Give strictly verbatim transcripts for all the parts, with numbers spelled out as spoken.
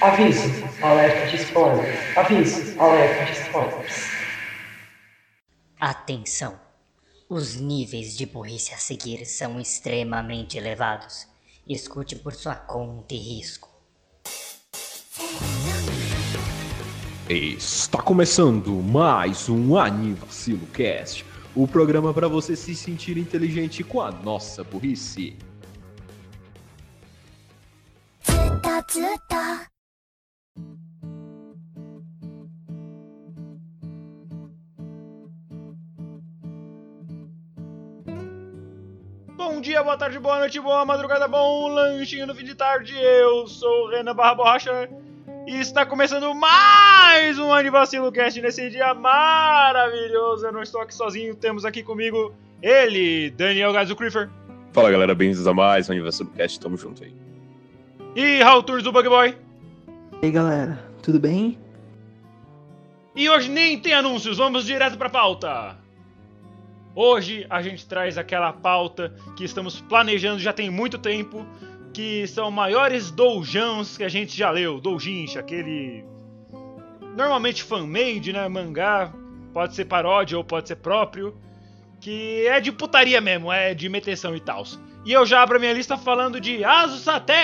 Aviso, alerta de spoilers. Aviso, alerta de spoilers. Atenção! Os níveis de burrice a seguir são extremamente elevados. Escute por sua conta e risco. Está começando mais um Anivacilo Cast, o programa para você se sentir inteligente com a nossa burrice. Bom dia, boa tarde, boa noite, boa madrugada, bom lanchinho no fim de tarde. Eu sou o Renan Barra Borracha e está começando mais um Anivacilo Cast nesse dia maravilhoso. Eu não estou aqui sozinho, temos aqui comigo ele, Daniel Gazo Creeper. Fala galera, bem-vindos a mais um Anivacilo Cast, tamo junto aí. E Raul Turns do Bug Boy. E aí galera, tudo bem? E hoje nem tem anúncios, vamos direto pra pauta. Hoje a gente traz aquela pauta que estamos planejando já tem muito tempo, que são maiores doujins que a gente já leu. Doujinshi, aquele normalmente fan-made, né, mangá, pode ser paródia ou pode ser próprio, que é de putaria mesmo, é de meteção e tal. E eu já abro a minha lista falando de Azusate.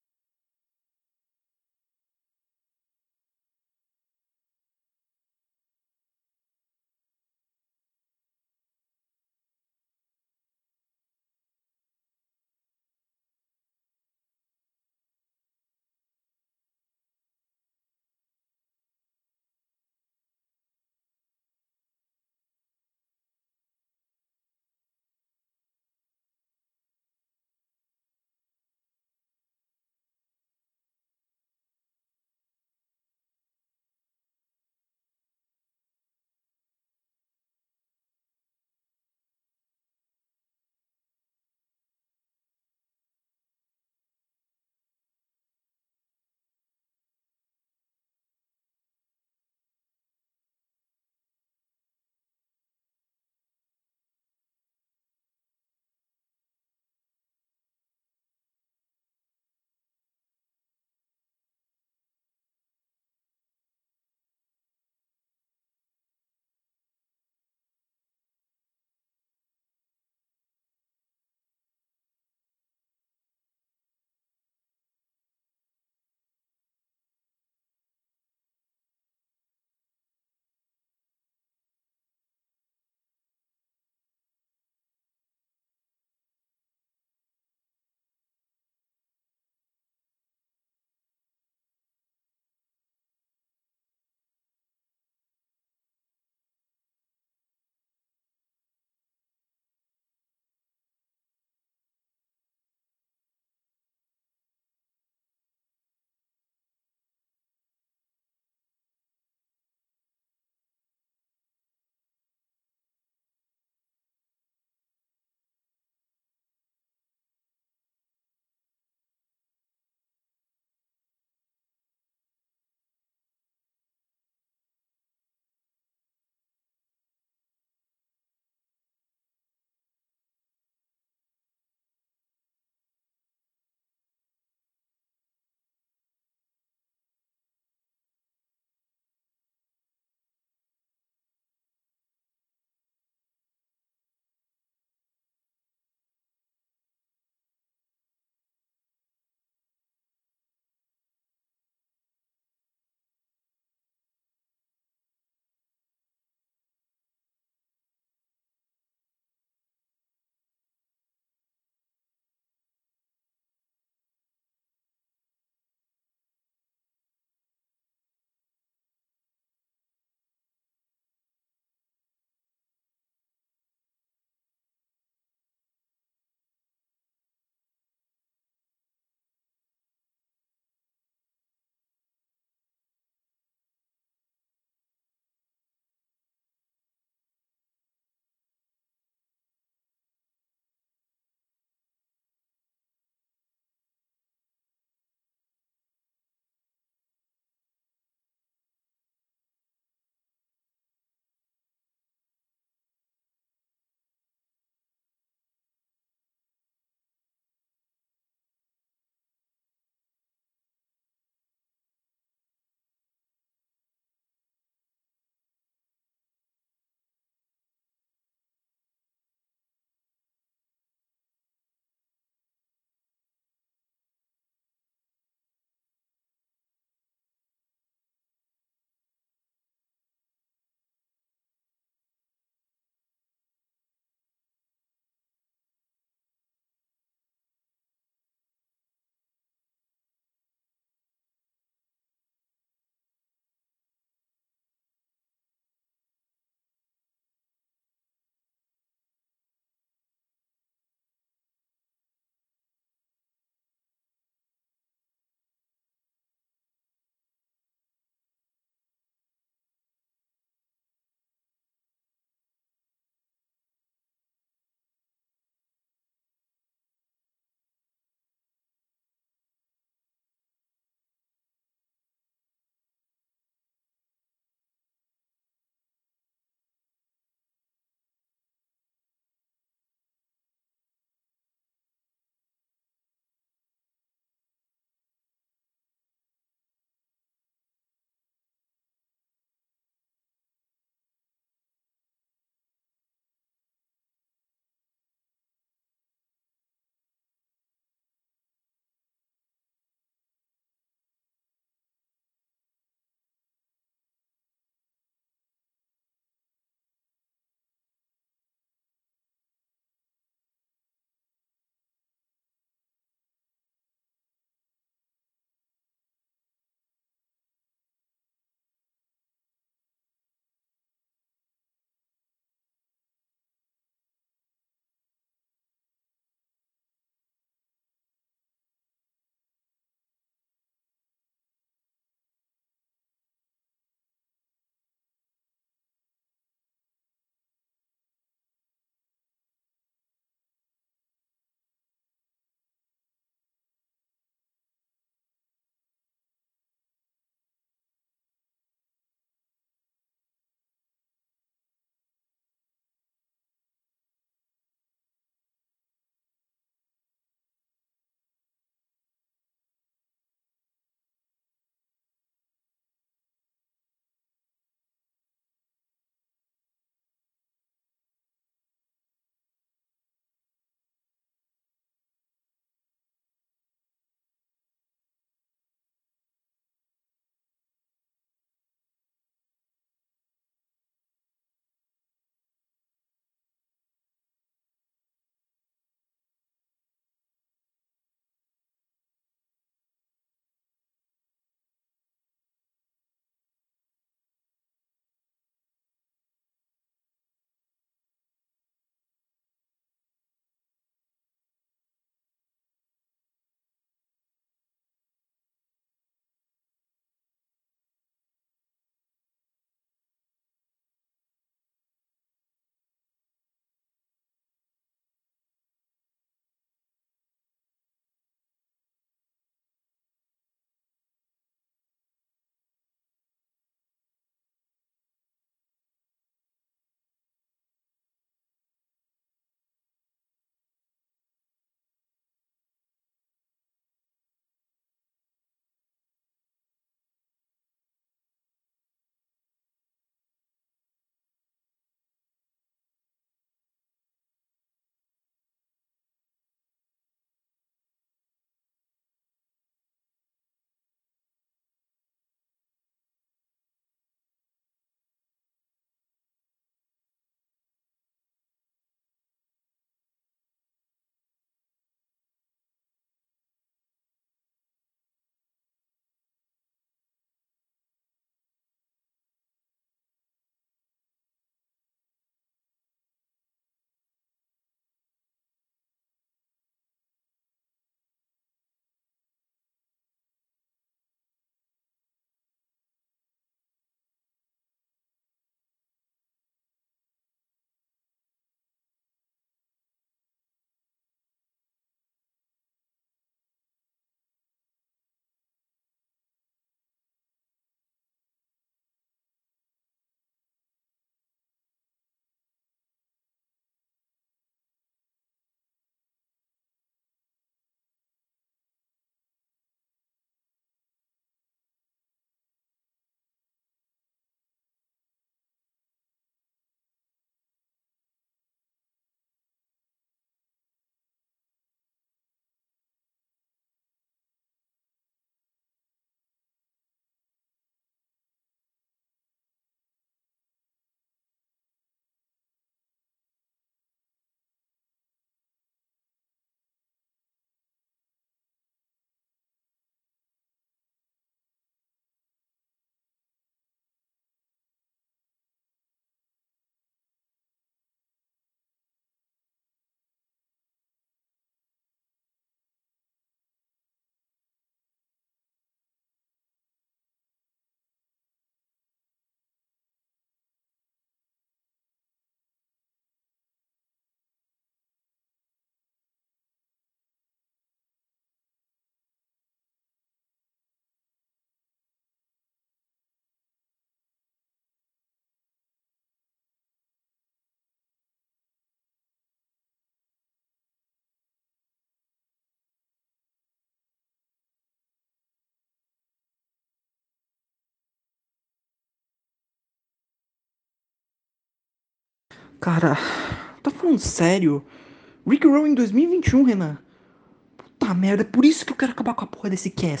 Cara, tá falando sério? Rickroll em dois mil e vinte e um, Renan? Puta merda, é por isso que eu quero acabar com a porra desse cast.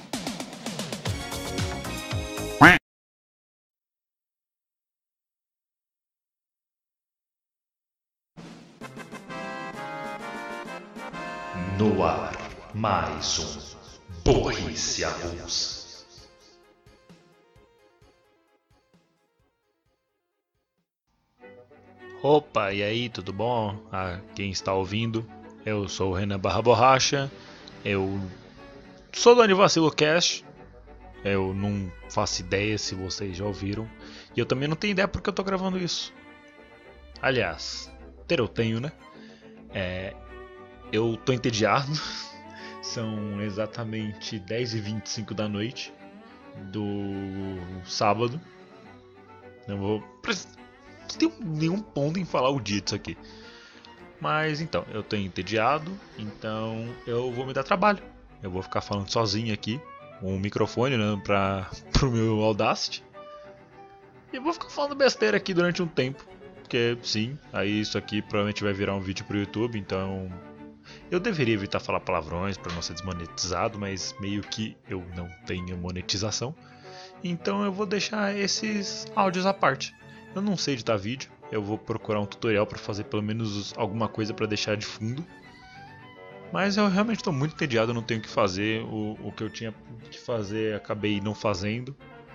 No ar, mais um Burrice Avulsa. Opa, e aí, tudo bom? Ah, quem está ouvindo, eu sou o Renan Barra Borracha, eu sou do Anivacilo Cast, eu não faço ideia se vocês já ouviram, e eu também não tenho ideia porque eu tô gravando isso. Aliás, ter eu tenho, né? É, eu tô entediado, são exatamente dez e vinte e cinco da noite do sábado, não vou... Não tem nenhum ponto em falar o dia disso aqui. Mas então, eu tô entediado, então eu vou me dar trabalho. Eu vou ficar falando sozinho aqui, com um microfone, né, pra, pro meu Audacity. E eu vou ficar falando besteira aqui durante um tempo. Porque sim, aí isso aqui provavelmente vai virar um vídeo pro YouTube, então... Eu deveria evitar falar palavrões pra não ser desmonetizado, mas meio que eu não tenho monetização. Então eu vou deixar esses áudios à parte. Eu não sei editar vídeo, eu vou procurar um tutorial para fazer pelo menos alguma coisa para deixar de fundo. Mas eu realmente estou muito entediado, eu não tenho o que fazer. O, o que eu tinha que fazer acabei não fazendo.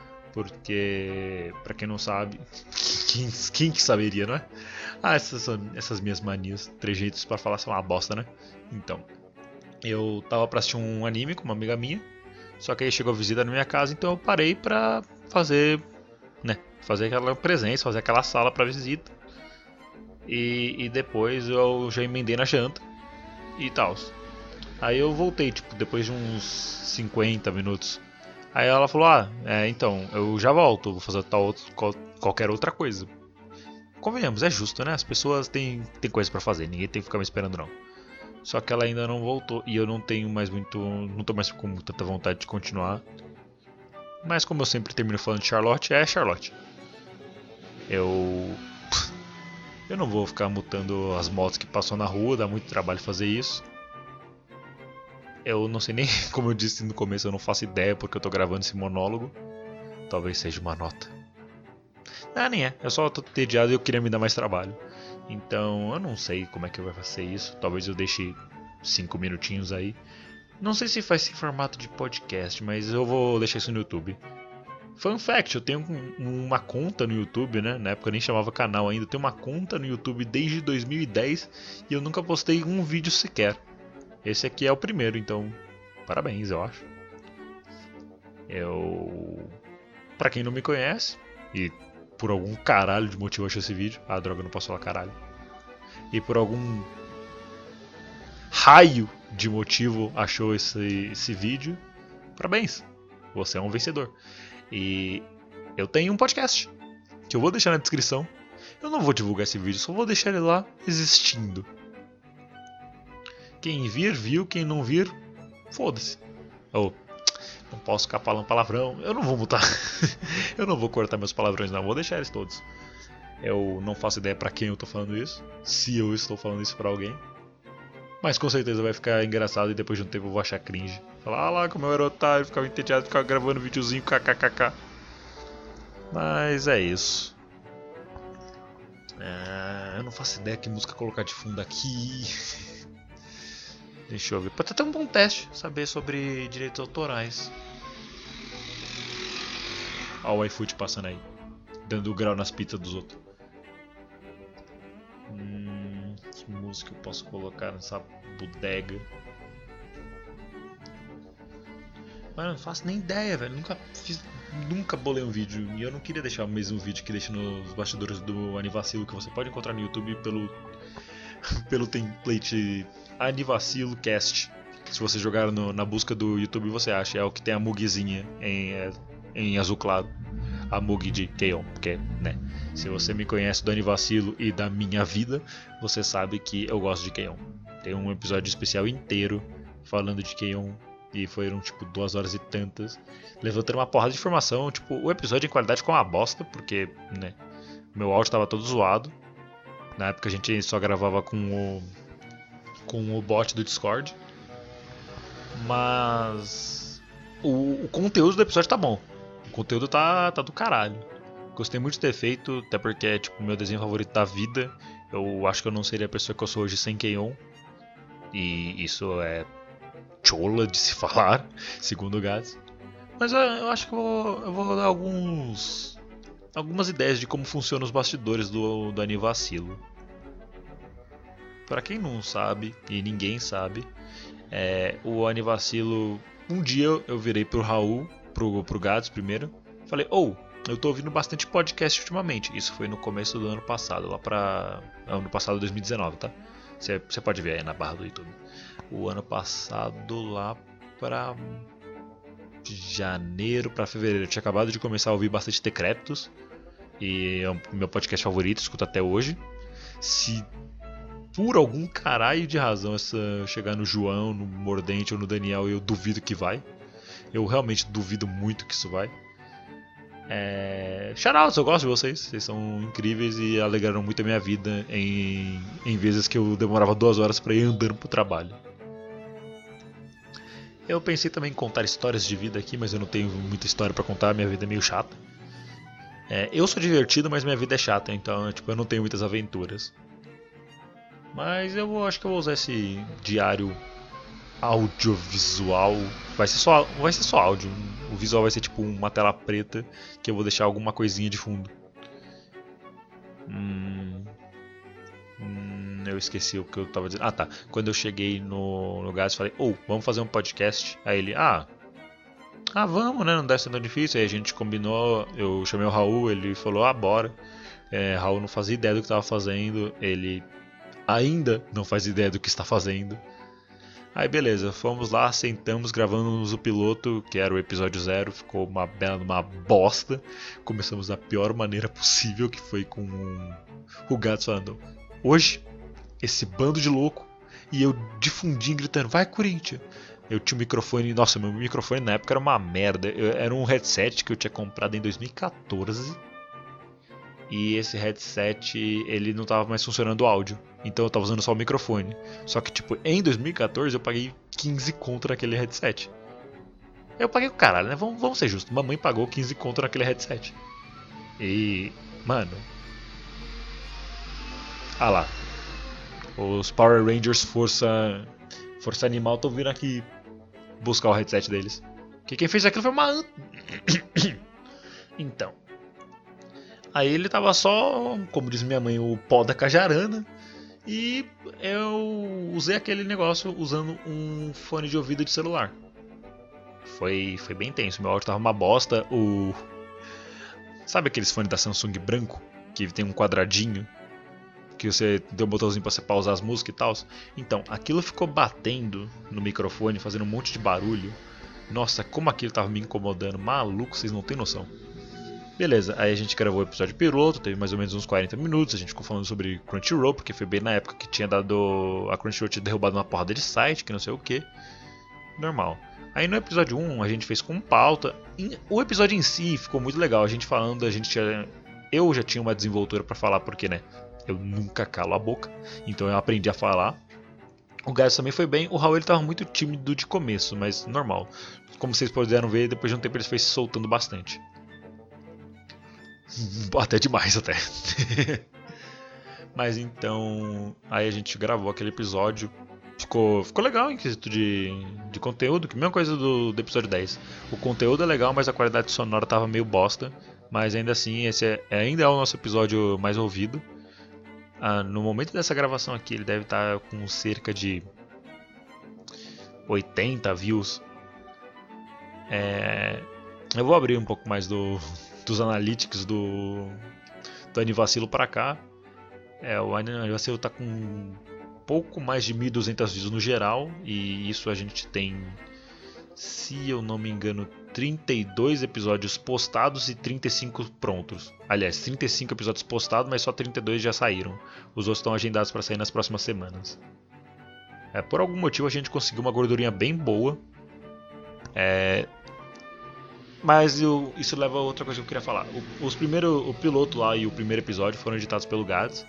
Porque, para quem não sabe, quem, quem que saberia, não é? Ah, essas, essas minhas manias, trejeitos para falar são uma bosta, né? Então, eu tava para assistir um anime com uma amiga minha. Só que aí chegou a visita na minha casa, então eu parei pra fazer, né? Fazer aquela presença, fazer aquela sala para visita. E, e depois eu já emendei na janta e tal. Aí eu voltei, tipo, depois de uns cinquenta minutos. Aí ela falou, ah, é, então, eu já volto, vou fazer tal outro, qual, qualquer outra coisa. Convenhamos, é justo, né? As pessoas têm, têm coisa para fazer, ninguém tem que ficar me esperando não. Só que ela ainda não voltou e eu não tenho mais muito, não tô mais com tanta vontade de continuar. Mas como eu sempre termino falando de Charlotte, é Charlotte. Eu eu não vou ficar mutando as motos que passam na rua, dá muito trabalho fazer isso. Eu não sei nem, como eu disse no começo, eu não faço ideia porque eu tô gravando esse monólogo. Talvez seja uma nota. Ah, nem é, eu só tô entediado e eu queria me dar mais trabalho. Então eu não sei como é que vai fazer isso. Talvez eu deixe cinco minutinhos aí. Não sei se faz esse formato de podcast, mas eu vou deixar isso no YouTube. Fun fact, eu tenho uma conta no YouTube, né? Na época eu nem chamava canal ainda. Eu tenho uma conta no YouTube desde dois mil e dez e eu nunca postei um vídeo sequer. Esse aqui é o primeiro, então parabéns, eu acho. Eu... Pra quem não me conhece, e por algum caralho de motivo achou esse vídeo. Ah, droga, eu não posso falar caralho. E por algum raio de motivo achou esse, esse vídeo, parabéns, você é um vencedor. E eu tenho um podcast que eu vou deixar na descrição. Eu não vou divulgar esse vídeo, só vou deixar ele lá existindo. Quem vir, viu, quem não vir, foda-se. Oh, não posso ficar falando palavrão, eu não vou mutar. Eu não vou cortar meus palavrões não, vou deixar eles todos. Eu não faço ideia pra quem eu tô falando isso, se eu estou falando isso pra alguém. Mas com certeza vai ficar engraçado e depois de um tempo eu vou achar cringe. Falar, ah lá como eu era otário, ficava entediado, ficava gravando videozinho kkkk. Mas é isso. É, eu não faço ideia que música colocar de fundo aqui. Deixa eu ver. Pode até um bom teste saber sobre direitos autorais. Olha o iFood passando aí, dando grau nas pizzas dos outros. Hum, que música eu posso colocar nessa bodega? Mas eu não faço nem ideia, velho. Nunca fiz, nunca bolei um vídeo. E eu não queria deixar o mesmo vídeo que deixo nos bastidores do Anivacilo, que você pode encontrar no YouTube pelo, pelo template Anivacilo Cast. Se você jogar no, na busca do YouTube, você acha. É o que tem a mugzinha em, é, em azul claro. A mug de Keion, porque, né? Se você me conhece do Anivacilo e da minha vida, você sabe que eu gosto de Keion. Tem um episódio especial inteiro falando de Keion. E foram tipo duas horas e tantas, levantando uma porrada de informação. Tipo, o episódio em qualidade ficou uma bosta, porque, né, meu áudio tava todo zoado. Na época a gente só gravava com o, com o bot do Discord. Mas o, o conteúdo do episódio tá bom. O conteúdo tá, tá do caralho. Gostei muito de ter feito, até porque é tipo o meu desenho favorito da vida. Eu acho que eu não seria a pessoa que eu sou hoje sem Keion. E isso é chola de se falar, segundo o Gats. Mas eu, eu acho que eu vou, eu vou dar alguns, algumas ideias de como funcionam os bastidores do, do Anivacilo. Pra quem não sabe, e ninguém sabe, é, o Anivacilo... Um dia eu virei pro Raul, pro, pro Gats primeiro. Falei, ou... Oh, eu tô ouvindo bastante podcast ultimamente. Isso foi no começo do ano passado, lá pra... Ano passado, dois mil e dezenove, tá? Você pode ver aí na barra do YouTube. O ano passado, lá pra... janeiro pra fevereiro. Eu tinha acabado de começar a ouvir bastante Decrépitos. E é o meu podcast favorito, escuto até hoje. Se por algum caralho de razão essa chegar no João, no Mordente ou no Daniel, eu duvido que vai. Eu realmente duvido muito que isso vai. É... Shoutouts, eu gosto de vocês, vocês são incríveis e alegraram muito a minha vida em, em vezes que eu demorava duas horas pra ir andando pro trabalho. Eu pensei também em contar histórias de vida aqui, mas eu não tenho muita história pra contar, minha vida é meio chata. É, eu sou divertido, mas minha vida é chata, então tipo, eu não tenho muitas aventuras. Mas eu vou, acho que eu vou usar esse diário audiovisual. Vai ser só, vai ser só áudio. O visual vai ser tipo uma tela preta que eu vou deixar alguma coisinha de fundo. Hum, hum, eu esqueci o que eu tava dizendo. Ah, tá. Quando eu cheguei no, no Gás, falei, oh, vamos fazer um podcast. Aí ele, ah, ah, vamos, né? Não deve ser tão difícil. Aí a gente combinou. Eu chamei o Raul, ele falou, ah, bora. É, Raul não fazia ideia do que estava fazendo. Ele ainda não faz ideia do que está fazendo. Aí beleza, fomos lá, sentamos, gravamos o piloto, que era o episódio zero, ficou uma bela uma bosta. Começamos da pior maneira possível, que foi com o Gats falando, hoje, esse bando de louco, e eu difundindo, gritando, vai Corinthians! Eu tinha um microfone, nossa, meu microfone na época era uma merda, eu, era um headset que eu tinha comprado em dois mil e quatorze, e esse headset, ele não estava mais funcionando o áudio. Então eu tava usando só o microfone. Só que tipo, em dois mil e quatorze eu paguei quinze conto naquele headset. Eu paguei o caralho, né? Vamos, vamos ser justos. Mamãe pagou quinze conto naquele headset. E... mano... Ah lá. Os Power Rangers Força... Força Animal estão vindo aqui buscar o headset deles. Que quem fez aquilo foi uma... Então... Aí ele tava só, como diz minha mãe, o pó da cajarana. E eu usei aquele negócio usando um fone de ouvido de celular. Foi, foi bem tenso, meu áudio tava uma bosta. O... Sabe aqueles fones da Samsung branco? Que tem um quadradinho que você tem um botãozinho pra você pausar as músicas e tal. Então, aquilo ficou batendo no microfone, fazendo um monte de barulho. Nossa, como aquilo tava me incomodando. Maluco, vocês não tem noção. Beleza, aí a gente gravou o episódio piloto, teve mais ou menos uns quarenta minutos, a gente ficou falando sobre Crunchyroll, porque foi bem na época que tinha dado... A Crunchyroll tinha derrubado uma porrada de site, que não sei o que. Normal. Aí no episódio um a gente fez com pauta. O episódio em si ficou muito legal, a gente falando, a gente tinha... Eu já tinha uma desenvoltura pra falar, porque né, eu nunca calo a boca, então eu aprendi a falar. O Gás também foi bem, o Raul ele tava muito tímido de começo, mas normal. Como vocês puderam ver, depois de um tempo ele foi se soltando bastante. Até demais, até. Mas então, aí a gente gravou aquele episódio. Ficou, ficou legal em quesito de, de conteúdo, que mesma coisa do, do episódio dez. O conteúdo é legal, mas a qualidade sonora tava meio bosta. Mas ainda assim, esse é, ainda é o nosso episódio mais ouvido. Ah, no momento dessa gravação aqui, ele deve estar com cerca de oitenta views. É, eu vou abrir um pouco mais do... dos analytics do, do Anivacilo pra cá. É, o Anivacilo tá com um pouco mais de mil e duzentas views no geral. E isso a gente tem, se eu não me engano, trinta e dois episódios postados e trinta e cinco prontos. Aliás, trinta e cinco episódios postados, mas só trinta e dois já saíram. Os outros estão agendados para sair nas próximas semanas. É, por algum motivo a gente conseguiu uma gordurinha bem boa. É... Mas eu, isso leva a outra coisa que eu queria falar. O, os primeiro, o piloto lá e o primeiro episódio foram editados pelo Gads.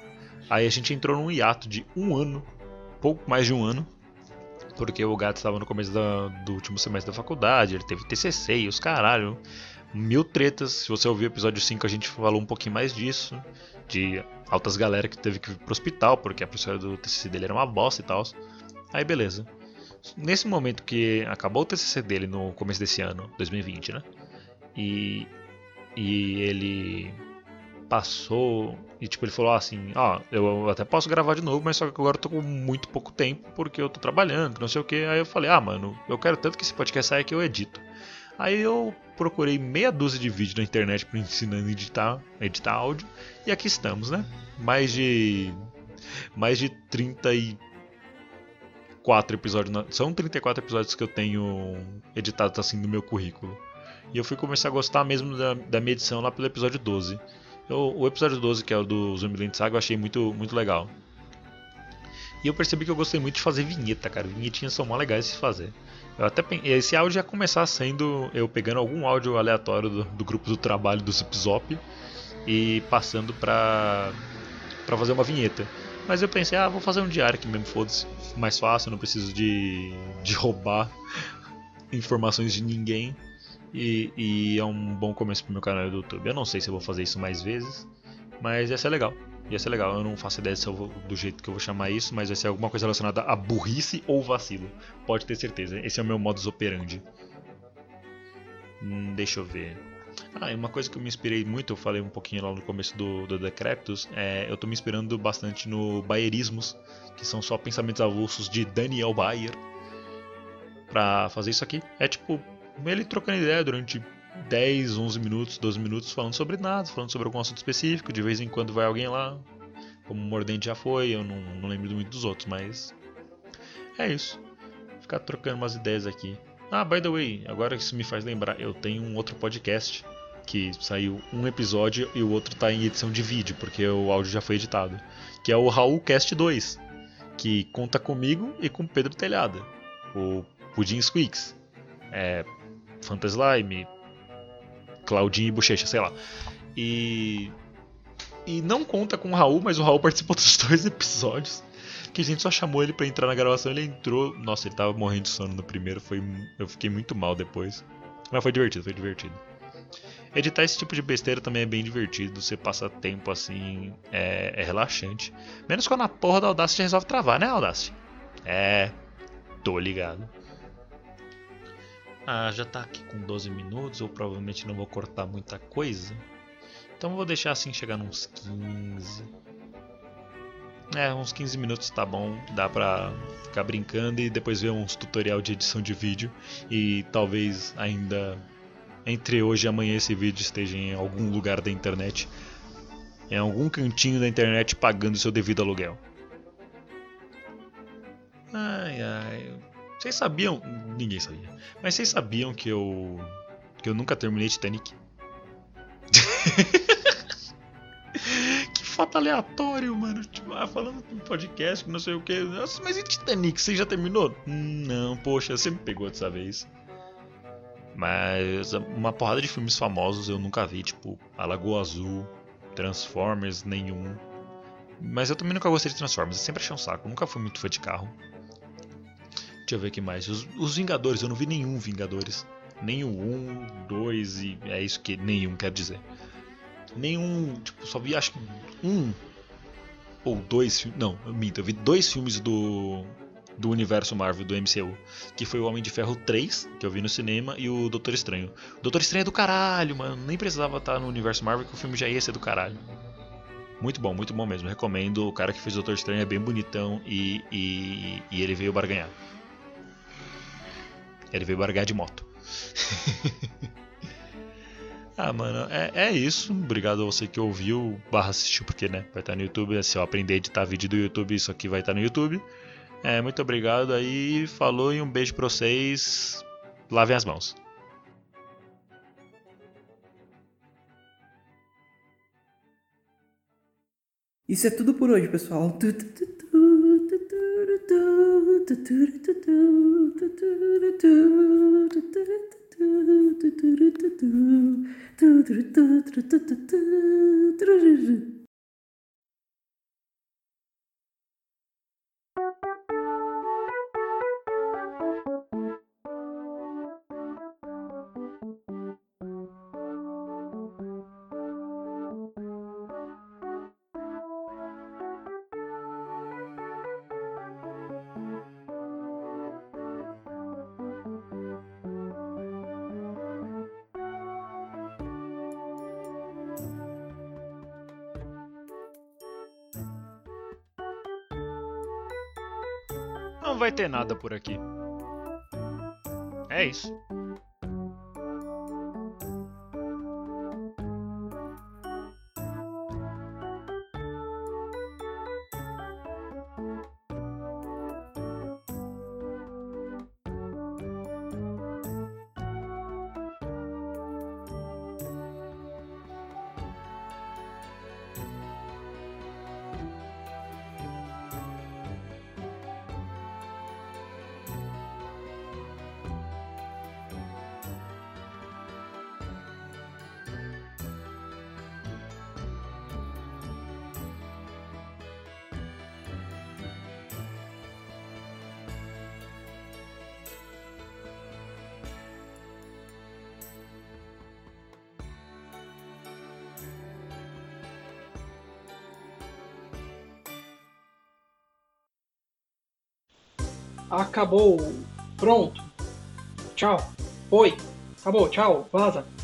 Aí a gente entrou num hiato de um ano, pouco mais de um ano, porque o gato estava no começo da, do último semestre da faculdade, ele teve T C C e os caralho, mil tretas. Se você ouvir o episódio cinco, a gente falou um pouquinho mais disso, de altas galera que teve que ir pro hospital, porque a professora do T C C dele era uma bosta e tal. Aí beleza. Nesse momento que acabou o T C C dele no começo desse ano, dois mil e vinte, né? E, e ele passou e tipo ele falou assim, ó, oh, eu até posso gravar de novo, mas só que agora eu tô com muito pouco tempo porque eu tô trabalhando, não sei o que. Aí eu falei, ah mano, eu quero tanto que esse podcast saia que eu edito. Aí eu procurei meia dúzia de vídeos na internet para ensinando a editar, editar áudio, e aqui estamos, né? Mais de mais de trinta e quatro episódios, são trinta e quatro episódios que eu tenho editados assim no meu currículo. E eu fui começar a gostar mesmo da, da minha edição lá pelo episódio doze. Eu, o episódio doze, que é o do Zombieland Saga, eu achei muito, muito legal. E eu percebi que eu gostei muito de fazer vinheta, cara. Vinhetinhas são mó legais de se fazer. Eu até esse áudio ia começar sendo eu pegando algum áudio aleatório do, do grupo do trabalho do Zipzop e passando pra, pra fazer uma vinheta. Mas eu pensei, ah, vou fazer um diário aqui mesmo, foda-se. Mais fácil, não preciso de, de roubar informações de ninguém. E, e é um bom começo pro meu canal do YouTube. Eu não sei se eu vou fazer isso mais vezes, mas ia ser legal. Ia ser legal. Eu não faço ideia se eu vou, do jeito que eu vou chamar isso, mas vai ser alguma coisa relacionada a burrice ou vacilo. Pode ter certeza. Esse é o meu modus operandi. Hum, deixa eu ver. Ah, e uma coisa que eu me inspirei muito, eu falei um pouquinho lá no começo do, do Decreptus, é, eu tô me inspirando bastante no Bayerismos, que são só pensamentos avulsos de Daniel Bayer, pra fazer isso aqui. É tipo, ele trocando ideia durante dez, onze minutos, doze minutos, falando sobre nada, falando sobre algum assunto específico, de vez em quando vai alguém lá, como o Mordente já foi, eu não, não lembro muito dos outros, mas é isso. Ficar trocando umas ideias aqui. Ah, by the way, agora isso me faz lembrar, eu tenho um outro podcast que saiu um episódio e o outro tá em edição de vídeo, porque o áudio já foi editado, que é o Raul Cast dois, que conta comigo e com Pedro Telhada, o Pudim Squeaks, é, Fantaslime, Claudinho e Bochecha, sei lá. E, e não conta com o Raul, mas o Raul participou dos dois episódios, que a gente só chamou ele pra entrar na gravação, ele entrou, nossa, ele tava morrendo de sono no primeiro, foi, eu fiquei muito mal depois, mas foi divertido, foi divertido. Editar esse tipo de besteira também é bem divertido, você passa tempo assim, é, é relaxante. Menos quando a porra da Audacity resolve travar, né, Audacity? É, tô ligado. Ah, já tá aqui com doze minutos, eu provavelmente não vou cortar muita coisa. Então eu vou deixar assim chegar nos quinze. É, uns quinze minutos tá bom, dá pra ficar brincando e depois ver uns tutorial de edição de vídeo. E talvez ainda entre hoje e amanhã esse vídeo esteja em algum lugar da internet, em algum cantinho da internet pagando seu devido aluguel. Ai ai. Vocês sabiam? Ninguém sabia. Mas vocês sabiam que eu que eu nunca terminei Titanic? Que fato aleatório, mano. Tipo, ah, falando no podcast, não sei o que. Nossa, mas e Titanic? Você já terminou? Não, poxa, você me pegou dessa vez. Mas uma porrada de filmes famosos eu nunca vi, tipo A Lagoa Azul, Transformers, nenhum. Mas eu também nunca gostei de Transformers, eu sempre achei um saco, eu nunca fui muito fã de carro. Deixa eu ver o que mais. Os, os Vingadores, eu não vi nenhum Vingadores. Nem o um, dois e é isso que nenhum quer dizer. Nenhum, tipo, só vi acho que um ou dois filmes. Não, eu minto, eu vi dois filmes do. Do universo Marvel, do M C U, que foi o Homem de Ferro três, que eu vi no cinema, e o Doutor Estranho. O Doutor Estranho é do caralho, mano. Nem precisava estar no universo Marvel, que o filme já ia ser do caralho. Muito bom, muito bom mesmo. Recomendo. O cara que fez o Doutor Estranho é bem bonitão e, e, e ele veio barganhar. Ele veio barganhar de moto. Ah, mano, é, é isso. Obrigado a você que ouviu, barra assistiu, porque, né, vai estar no YouTube. Se eu aprender a editar vídeo do YouTube, isso aqui vai estar no YouTube. É, muito obrigado aí, falou e um beijo pra vocês. Lavem as mãos. Isso é tudo por hoje, pessoal. não vai ter nada por aqui. É isso. Acabou. Pronto. Tchau. Oi. Acabou. Tchau. Vaza.